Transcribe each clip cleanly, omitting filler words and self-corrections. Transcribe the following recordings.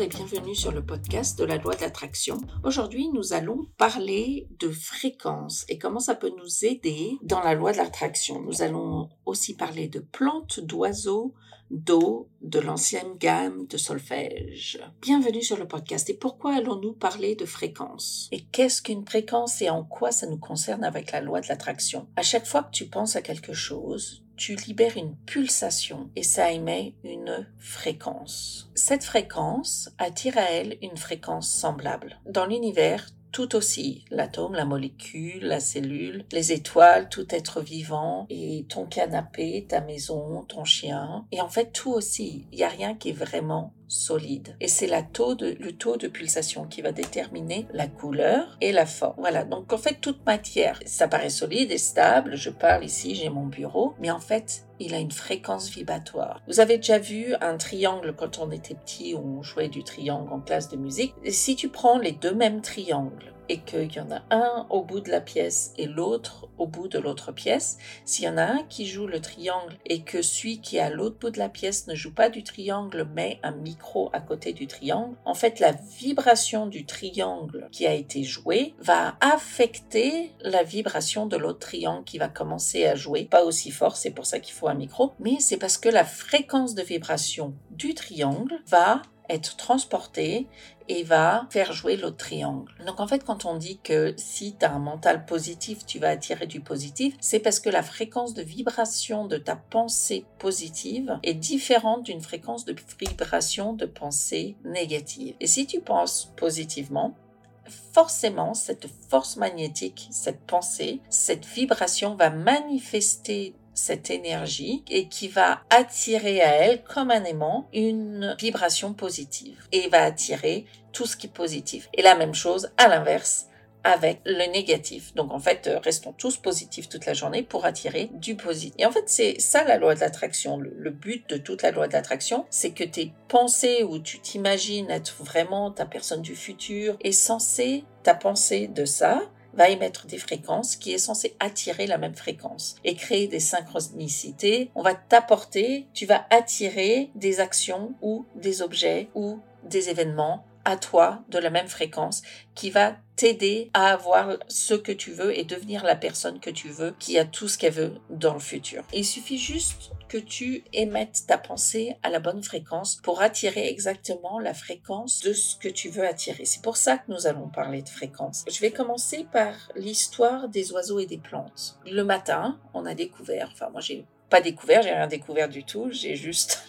et bienvenue sur le podcast de la loi de l'attraction. Aujourd'hui, nous allons parler de fréquence et comment ça peut nous aider dans la loi de l'attraction. Nous allons aussi parler de plantes, d'oiseaux, d'eau, de l'ancienne gamme de solfège. Bienvenue sur le podcast. Et pourquoi allons-nous parler de fréquence? Et qu'est-ce qu'une fréquence et en quoi ça nous concerne avec la loi de l'attraction? À chaque fois que tu penses à quelque chose, tu libères une pulsation et ça émet une fréquence. Cette fréquence attire à elle une fréquence semblable. Dans l'univers, tout aussi, l'atome, la molécule, la cellule, les étoiles, tout être vivant, et ton canapé, ta maison, ton chien. Et en fait, tout aussi, il n'y a rien qui est vraiment solide. Et c'est le taux de pulsation qui va déterminer la couleur et la forme. Voilà, donc en fait, toute matière, ça paraît solide et stable. Je parle ici, j'ai mon bureau, mais en fait, il a une fréquence vibratoire. Vous avez déjà vu un triangle quand on était petit, où on jouait du triangle en classe de musique. Et si tu prends les deux mêmes triangles et qu'il y en a un au bout de la pièce et l'autre au bout de l'autre pièce, s'il y en a un qui joue le triangle et que celui qui est à l'autre bout de la pièce ne joue pas du triangle mais un micro à côté du triangle, en fait la vibration du triangle qui a été joué va affecter la vibration de l'autre triangle qui va commencer à jouer. Pas aussi fort, c'est pour ça qu'il faut un micro, mais c'est parce que la fréquence de vibration du triangle va être transportée et va faire jouer l'autre triangle. Donc en fait, quand on dit que si tu as un mental positif, tu vas attirer du positif, c'est parce que la fréquence de vibration de ta pensée positive est différente d'une fréquence de vibration de pensée négative. Et si tu penses positivement, forcément, cette force magnétique, cette pensée, cette vibration va manifester cette énergie et qui va attirer à elle comme un aimant une vibration positive et va attirer tout ce qui est positif. Et la même chose à l'inverse avec le négatif. Donc en fait, restons tous positifs toute la journée pour attirer du positif. Et en fait, c'est ça la loi de l'attraction. Le but de toute la loi de l'attraction, c'est que tes pensées où tu t'imagines être vraiment ta personne du futur est censée, ta pensée de ça, va émettre des fréquences qui est censée attirer la même fréquence et créer des synchronicités. On va t'apporter, tu vas attirer des actions ou des objets ou des événements à toi de la même fréquence qui va t'aider à avoir ce que tu veux et devenir la personne que tu veux qui a tout ce qu'elle veut dans le futur. Il suffit juste que tu émettes ta pensée à la bonne fréquence pour attirer exactement la fréquence de ce que tu veux attirer. C'est pour ça que nous allons parler de fréquence. Je vais commencer par l'histoire des oiseaux et des plantes. Le matin, on a découvert, moi j'ai rien découvert du tout, j'ai juste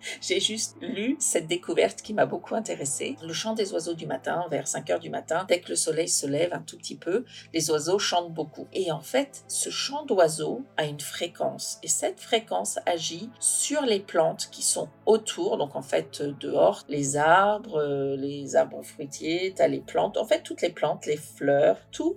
lu cette découverte qui m'a beaucoup intéressée. Le chant des oiseaux du matin, vers 5 heures du matin, dès que le soleil se lève un tout petit peu, les oiseaux chantent beaucoup. Et en fait, ce chant d'oiseaux a une fréquence. Et cette fréquence agit sur les plantes qui sont autour. Donc en fait, dehors, les arbres fruitiers, t'as les plantes. En fait, toutes les plantes, les fleurs, tout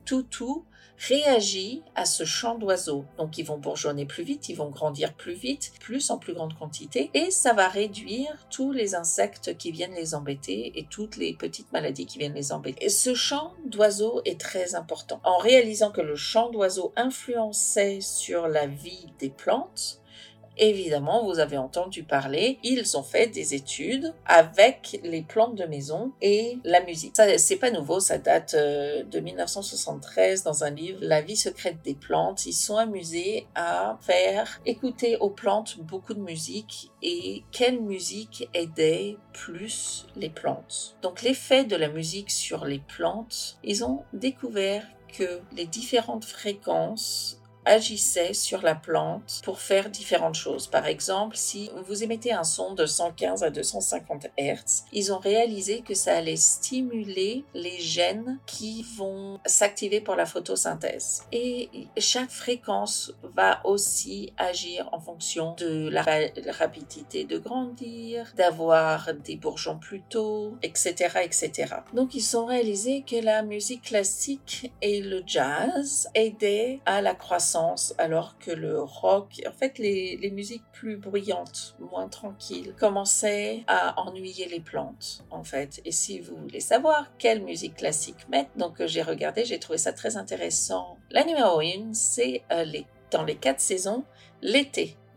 réagit à ce chant d'oiseaux. Donc ils vont bourgeonner plus vite, ils vont grandir plus vite, plus en plus grande quantité, et ça va réduire tous les insectes qui viennent les embêter et toutes les petites maladies qui viennent les embêter. Et ce chant d'oiseaux est très important. En réalisant que le chant d'oiseaux influençait sur la vie des plantes, évidemment, vous avez entendu parler, ils ont fait des études avec les plantes de maison et la musique. Ça, c'est pas nouveau, ça date de 1973 dans un livre, La vie secrète des plantes. Ils sont amusés à faire écouter aux plantes beaucoup de musique et quelle musique aidait plus les plantes. Donc l'effet de la musique sur les plantes, ils ont découvert que les différentes fréquences agissaient sur la plante pour faire différentes choses. Par exemple, si vous émettez un son de 115 à 250 Hz, ils ont réalisé que ça allait stimuler les gènes qui vont s'activer pour la photosynthèse. Et chaque fréquence va aussi agir en fonction de la rapidité de grandir, d'avoir des bourgeons plus tôt, etc., etc. Donc, ils ont réalisé que la musique classique et le jazz aidaient à la croissance alors que le rock, en fait les musiques plus bruyantes, moins tranquilles, commençaient à ennuyer les plantes en fait. Et si vous voulez savoir quelle musique classique mettre, donc j'ai regardé, j'ai trouvé ça très intéressant. La numéro 1, c'est dans les 4 saisons, l'été.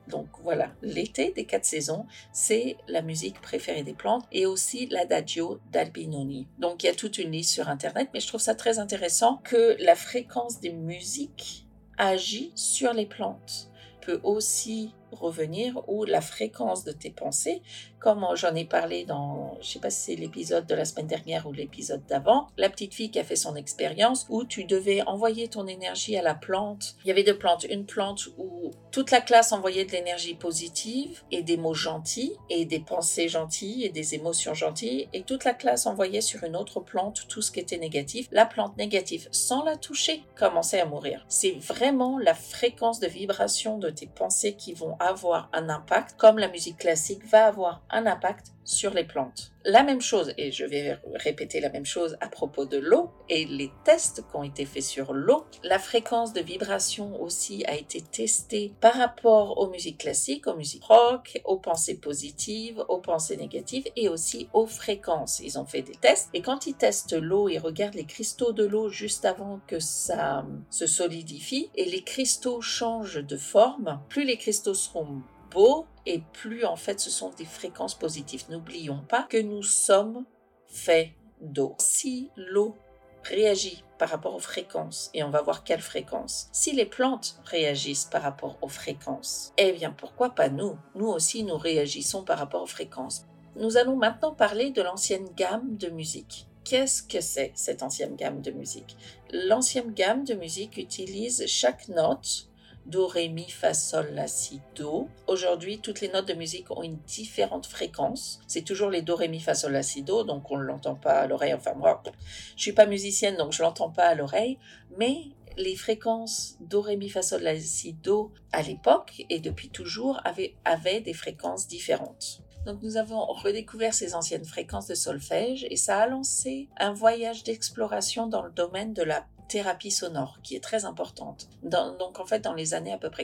Donc voilà, l'été des 4 saisons, c'est la musique préférée des plantes et aussi l'adagio d'Albinoni. Donc il y a toute une liste sur Internet, mais je trouve ça très intéressant que la fréquence des musiques agit sur les plantes. Peut aussi revenir ou la fréquence de tes pensées, comme j'en ai parlé dans, je sais pas si c'est l'épisode de la semaine dernière ou l'épisode d'avant, la petite fille qui a fait son expérience où tu devais envoyer ton énergie à la plante. Il y avait 2 plantes, une plante où toute la classe envoyait de l'énergie positive et des mots gentils et des pensées gentilles et des émotions gentilles, et toute la classe envoyait sur une autre plante tout ce qui était négatif. La plante négative, sans la toucher, commençait à mourir. C'est vraiment la fréquence de vibration de tes pensées qui vont avoir un impact, comme la musique classique va avoir un impact sur les plantes. La même chose, et je vais répéter la même chose à propos de l'eau et les tests qui ont été faits sur l'eau, la fréquence de vibration aussi a été testée par rapport aux musiques classiques, aux musiques rock, aux pensées positives, aux pensées négatives et aussi aux fréquences. Ils ont fait des tests et quand ils testent l'eau, ils regardent les cristaux de l'eau juste avant que ça se solidifie et les cristaux changent de forme. Plus les cristaux seront beaux et plus en fait ce sont des fréquences positives. N'oublions pas que nous sommes faits d'eau. Si l'eau réagit par rapport aux fréquences, et on va voir quelles fréquences, si les plantes réagissent par rapport aux fréquences, eh bien pourquoi pas nous? Nous aussi nous réagissons par rapport aux fréquences. Nous allons maintenant parler de l'ancienne gamme de musique. Qu'est-ce que c'est cette ancienne gamme de musique? L'ancienne gamme de musique utilise chaque note do, ré, mi, fa, sol, la, si, do. Aujourd'hui, toutes les notes de musique ont une différente fréquence. C'est toujours les do, ré, mi, fa, sol, la, si, do, donc on ne l'entend pas à l'oreille. Enfin, moi, je ne suis pas musicienne, donc je ne l'entends pas à l'oreille. Mais les fréquences do, ré, mi, fa, sol, la, si, do, à l'époque, et depuis toujours, avaient des fréquences différentes. Donc nous avons redécouvert ces anciennes fréquences de solfège et ça a lancé un voyage d'exploration dans le domaine de la thérapie sonore, qui est très importante. Donc en fait, dans les années à peu près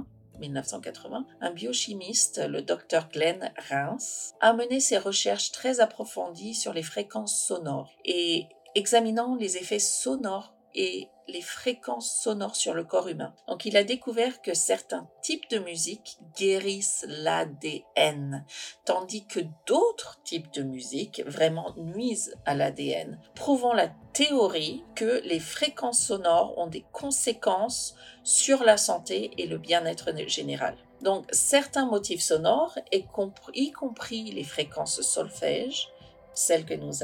1980, un biochimiste, le docteur Glenn Reims, a mené ses recherches très approfondies sur les fréquences sonores et examinant les effets sonores et les fréquences sonores sur le corps humain. Donc il a découvert que certains types de musique guérissent l'ADN, tandis que d'autres types de musique vraiment nuisent à l'ADN, prouvant la théorie que les fréquences sonores ont des conséquences sur la santé et le bien-être général. Donc certains motifs sonores, y compris les fréquences solfège, celles que nous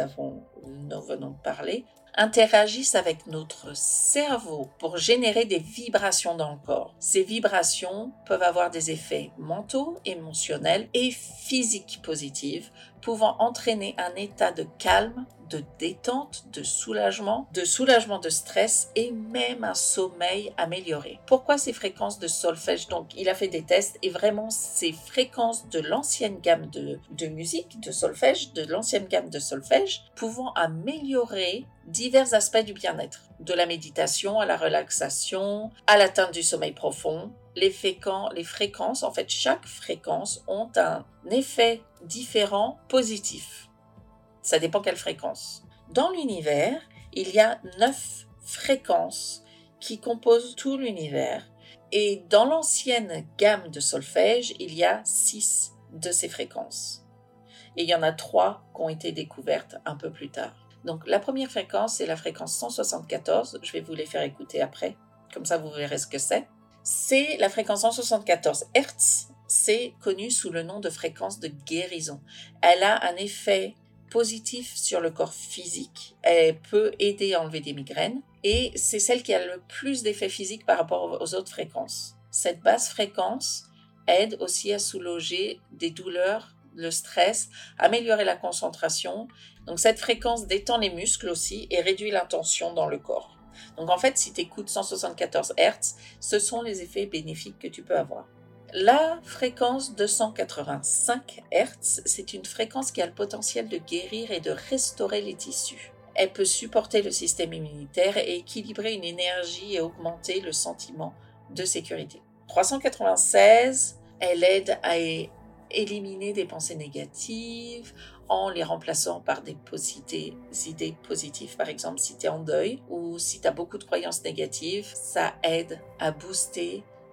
venons de parler, interagissent avec notre cerveau pour générer des vibrations dans le corps. Ces vibrations peuvent avoir des effets mentaux, émotionnels et physiques positifs, pouvant entraîner un état de calme, de détente, de soulagement de stress et même un sommeil amélioré. Pourquoi ces fréquences de solfège? Donc, il a fait des tests et vraiment ces fréquences de l'ancienne gamme de musique, de solfège, de l'ancienne gamme de solfège, pouvant améliorer divers aspects du bien-être, de la méditation à la relaxation, à l'atteinte du sommeil profond. Les fréquences, en fait, chaque fréquence ont un effet différent positif. Ça dépend quelle fréquence. Dans l'univers, il y a 9 fréquences qui composent tout l'univers. Et dans l'ancienne gamme de solfège, il y a 6 de ces fréquences. Et il y en a 3 qui ont été découvertes un peu plus tard. Donc la première fréquence, c'est la fréquence 174. Je vais vous les faire écouter après. Comme ça, vous verrez ce que c'est. C'est la fréquence 174 Hz. C'est connu sous le nom de fréquence de guérison. Elle a un effet positif sur le corps physique. Elle peut aider à enlever des migraines. Et c'est celle qui a le plus d'effets physiques par rapport aux autres fréquences. Cette basse fréquence aide aussi à soulager des douleurs, le stress, améliorer la concentration. Donc cette fréquence détend les muscles aussi et réduit la tension dans le corps. Donc en fait, si tu écoutes 174 Hz, ce sont les effets bénéfiques que tu peux avoir. La fréquence 285 Hz, c'est une fréquence qui a le potentiel de guérir et de restaurer les tissus. Elle peut supporter le système immunitaire et équilibrer une énergie et augmenter le sentiment de sécurité. 396, elle aide à éliminer des pensées négatives en les remplaçant par des idées positives. Par exemple, si tu es en deuil ou si tu as beaucoup de croyances négatives, ça aide à booster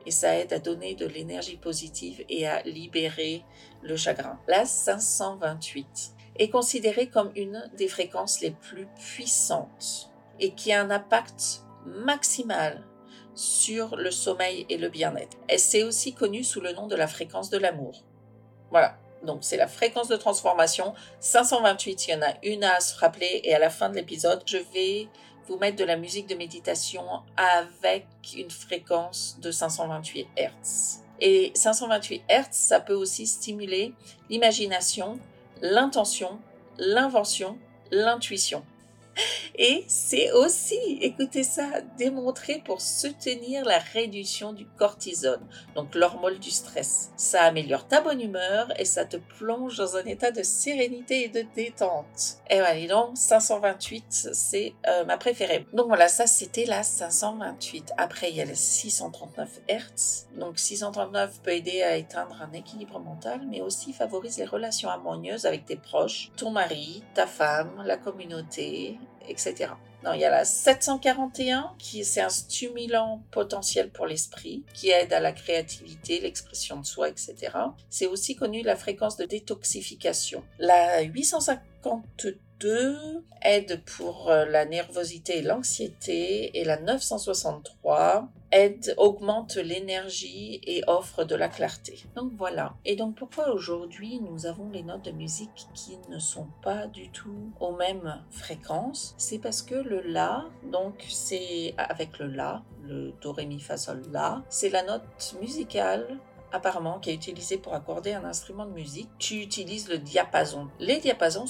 et ça aide à donner de l'énergie positive et à libérer le chagrin. La 528 est considérée comme une des fréquences les plus puissantes et qui a un impact maximal sur le sommeil et le bien-être. Et c'est aussi connu sous le nom de la fréquence de l'amour. Voilà, donc c'est la fréquence de transformation 528, il y en a une à se rappeler et à la fin de l'épisode, je vais vous mettre de la musique de méditation avec une fréquence de 528 Hz. Et 528 Hz, ça peut aussi stimuler l'imagination, l'intention, l'invention, l'intuition. Et c'est aussi, écoutez ça, démontré pour soutenir la réduction du cortisol, donc l'hormone du stress. Ça améliore ta bonne humeur et ça te plonge dans un état de sérénité et de détente. Et voilà, donc 528, c'est ma préférée. Donc voilà, ça c'était la 528. Après, il y a le 639 Hz. Donc 639 peut aider à éteindre un équilibre mental, mais aussi favorise les relations harmonieuses avec tes proches, ton mari, ta femme, la communauté, etc. Non, il y a la 741 c'est un stimulant potentiel pour l'esprit qui aide à la créativité, l'expression de soi, etc. C'est aussi connu la fréquence de détoxification. La 852 aide pour la nervosité et l'anxiété et la 963 augmente l'énergie et offre de la clarté. Donc voilà. Et donc pourquoi aujourd'hui nous avons les notes de musique qui ne sont pas du tout aux mêmes fréquences? C'est parce que le La, donc c'est avec le La, le Do, Ré, Mi, Fa, Sol, La, c'est la note musicale apparemment qui est utilisée pour accorder un instrument de musique. Tu utilises le diapason. Les diapasons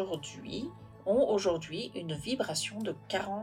ont aujourd'hui une vibration de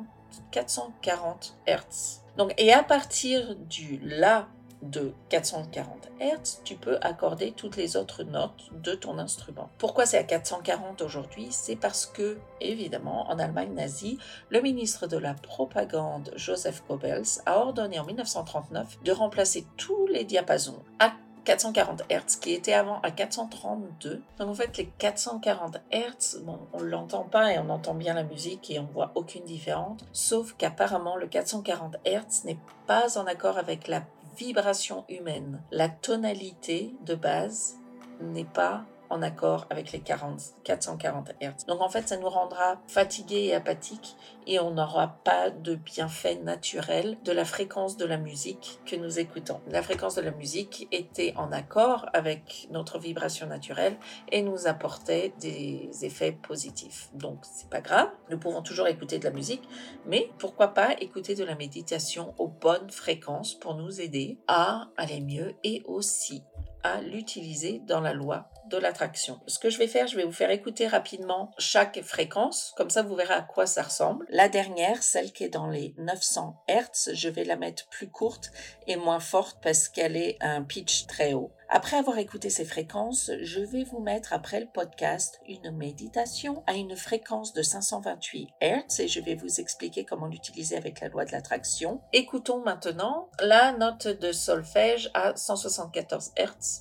440 Hz. Donc, et à partir du La de 440 Hz, tu peux accorder toutes les autres notes de ton instrument. Pourquoi c'est à 440 aujourd'hui? C'est parce que, évidemment, en Allemagne nazie, le ministre de la Propagande, Joseph Goebbels, a ordonné en 1939 de remplacer tous les diapasons à 440 Hz, qui était avant à 432. Donc en fait, les 440 Hz, bon, on ne l'entend pas et on entend bien la musique et on voit aucune différence, sauf qu'apparemment le 440 Hz n'est pas en accord avec la vibration humaine. La tonalité de base n'est pas en accord avec les 440 Hz. Donc en fait, ça nous rendra fatigués et apathiques et on n'aura pas de bienfait naturel de la fréquence de la musique que nous écoutons. La fréquence de la musique était en accord avec notre vibration naturelle et nous apportait des effets positifs. Donc c'est pas grave, nous pouvons toujours écouter de la musique, mais pourquoi pas écouter de la méditation aux bonnes fréquences pour nous aider à aller mieux et aussi à l'utiliser dans la loi de l'attraction. Ce que je vais faire, je vais vous faire écouter rapidement chaque fréquence, comme ça vous verrez à quoi ça ressemble. La dernière, celle qui est dans les 900 Hz, je vais la mettre plus courte et moins forte parce qu'elle est à un pitch très haut. Après avoir écouté ces fréquences, je vais vous mettre après le podcast une méditation à une fréquence de 528 Hz et je vais vous expliquer comment l'utiliser avec la loi de l'attraction. Écoutons maintenant la note de solfège à 174 Hz.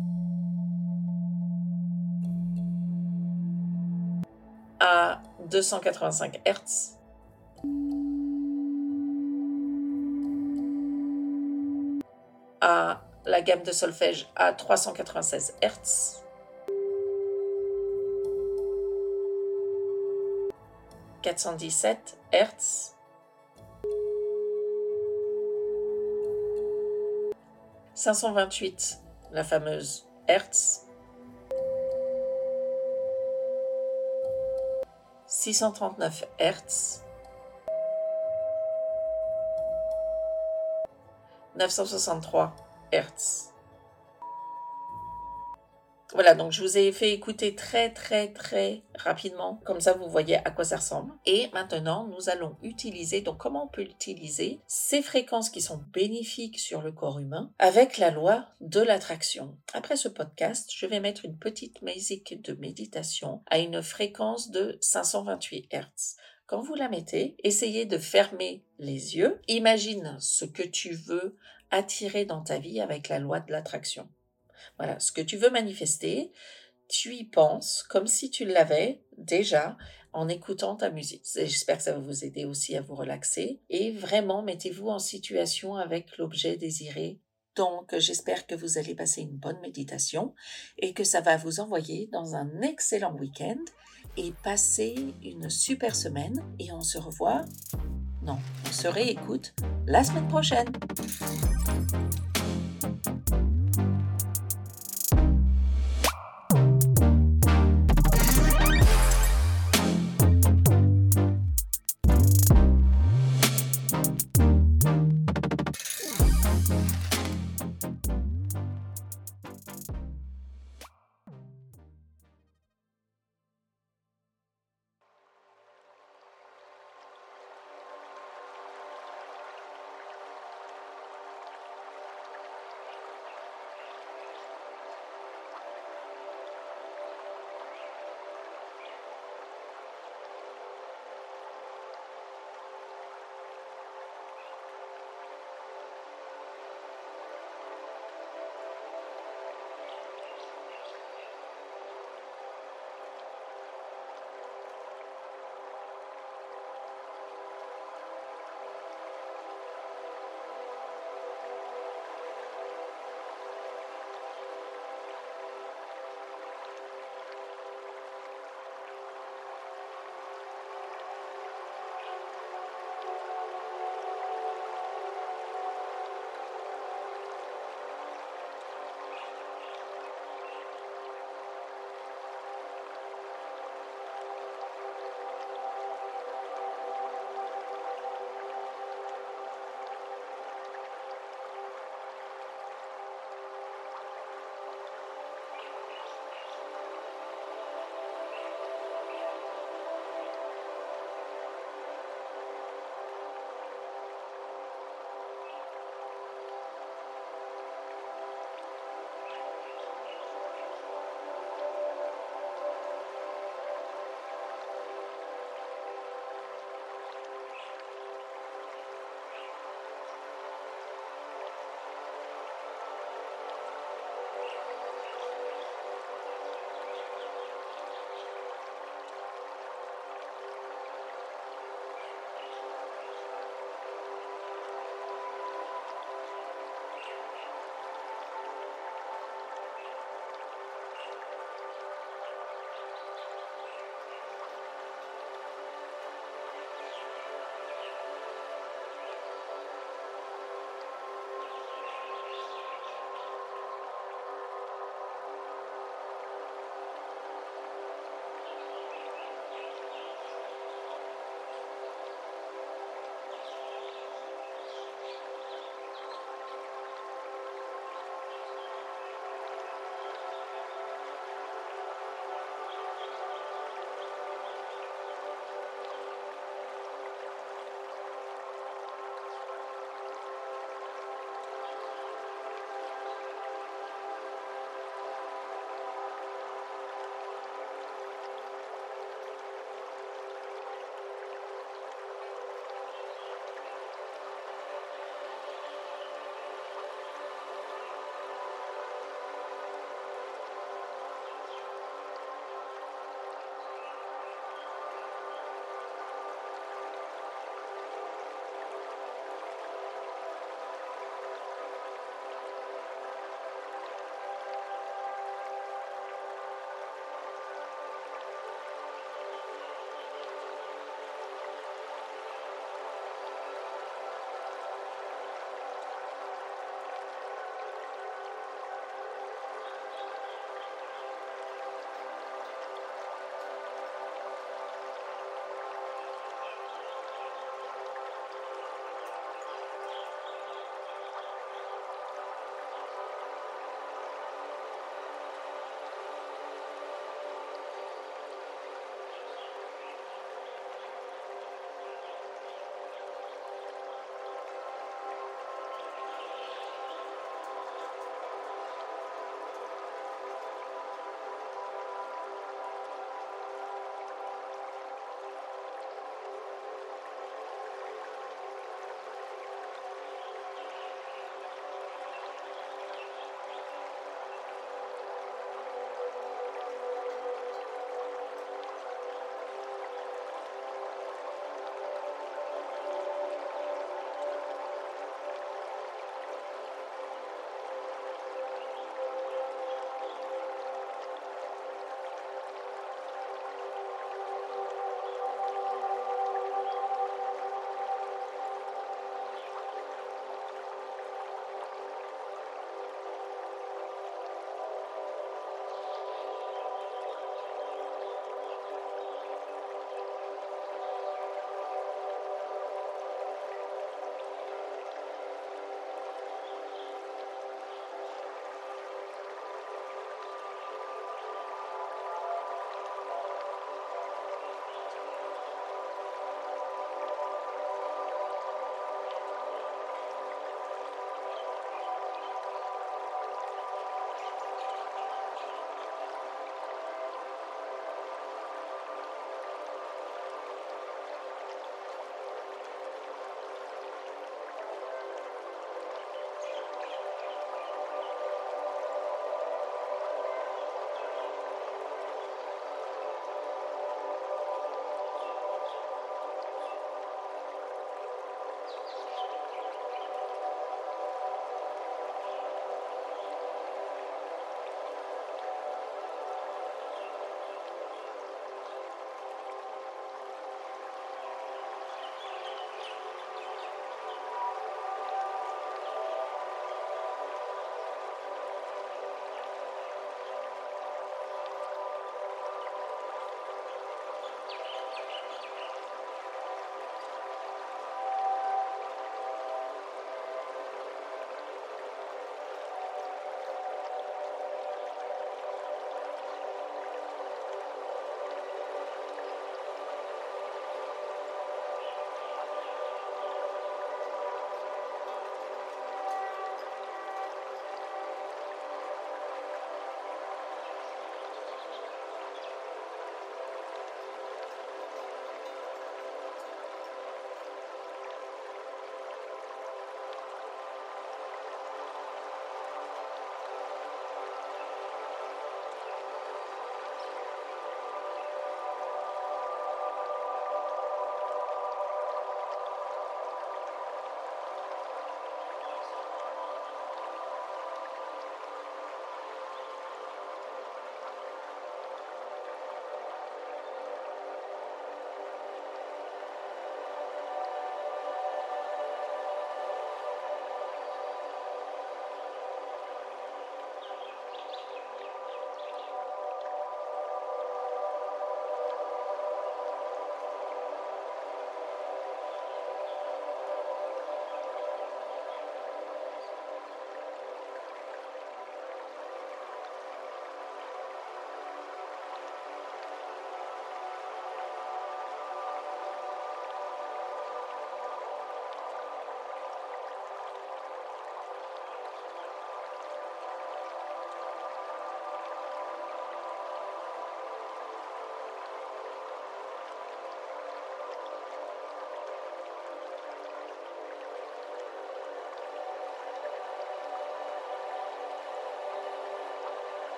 À 285 Hz. À la gamme de solfège à 396 Hz. 417 Hz. 528, la fameuse Hertz. 639 Hz. 963 Hz. Voilà, donc je vous ai fait écouter très rapidement, comme ça vous voyez à quoi ça ressemble. Et maintenant, nous allons utiliser, donc comment on peut utiliser ces fréquences qui sont bénéfiques sur le corps humain avec la loi de l'attraction. Après ce podcast, je vais mettre une petite musique de méditation à une fréquence de 528 Hz. Quand vous la mettez, essayez de fermer les yeux. Imagine ce que tu veux attirer dans ta vie avec la loi de l'attraction. Voilà, ce que tu veux manifester, tu y penses comme si tu l'avais déjà en écoutant ta musique. J'espère que ça va vous aider aussi à vous relaxer et vraiment mettez-vous en situation avec l'objet désiré Donc, j'espère que vous allez passer une bonne méditation et que ça va vous envoyer dans un excellent week-end et passer une super semaine. Et on se revoit, non, on se réécoute la semaine prochaine.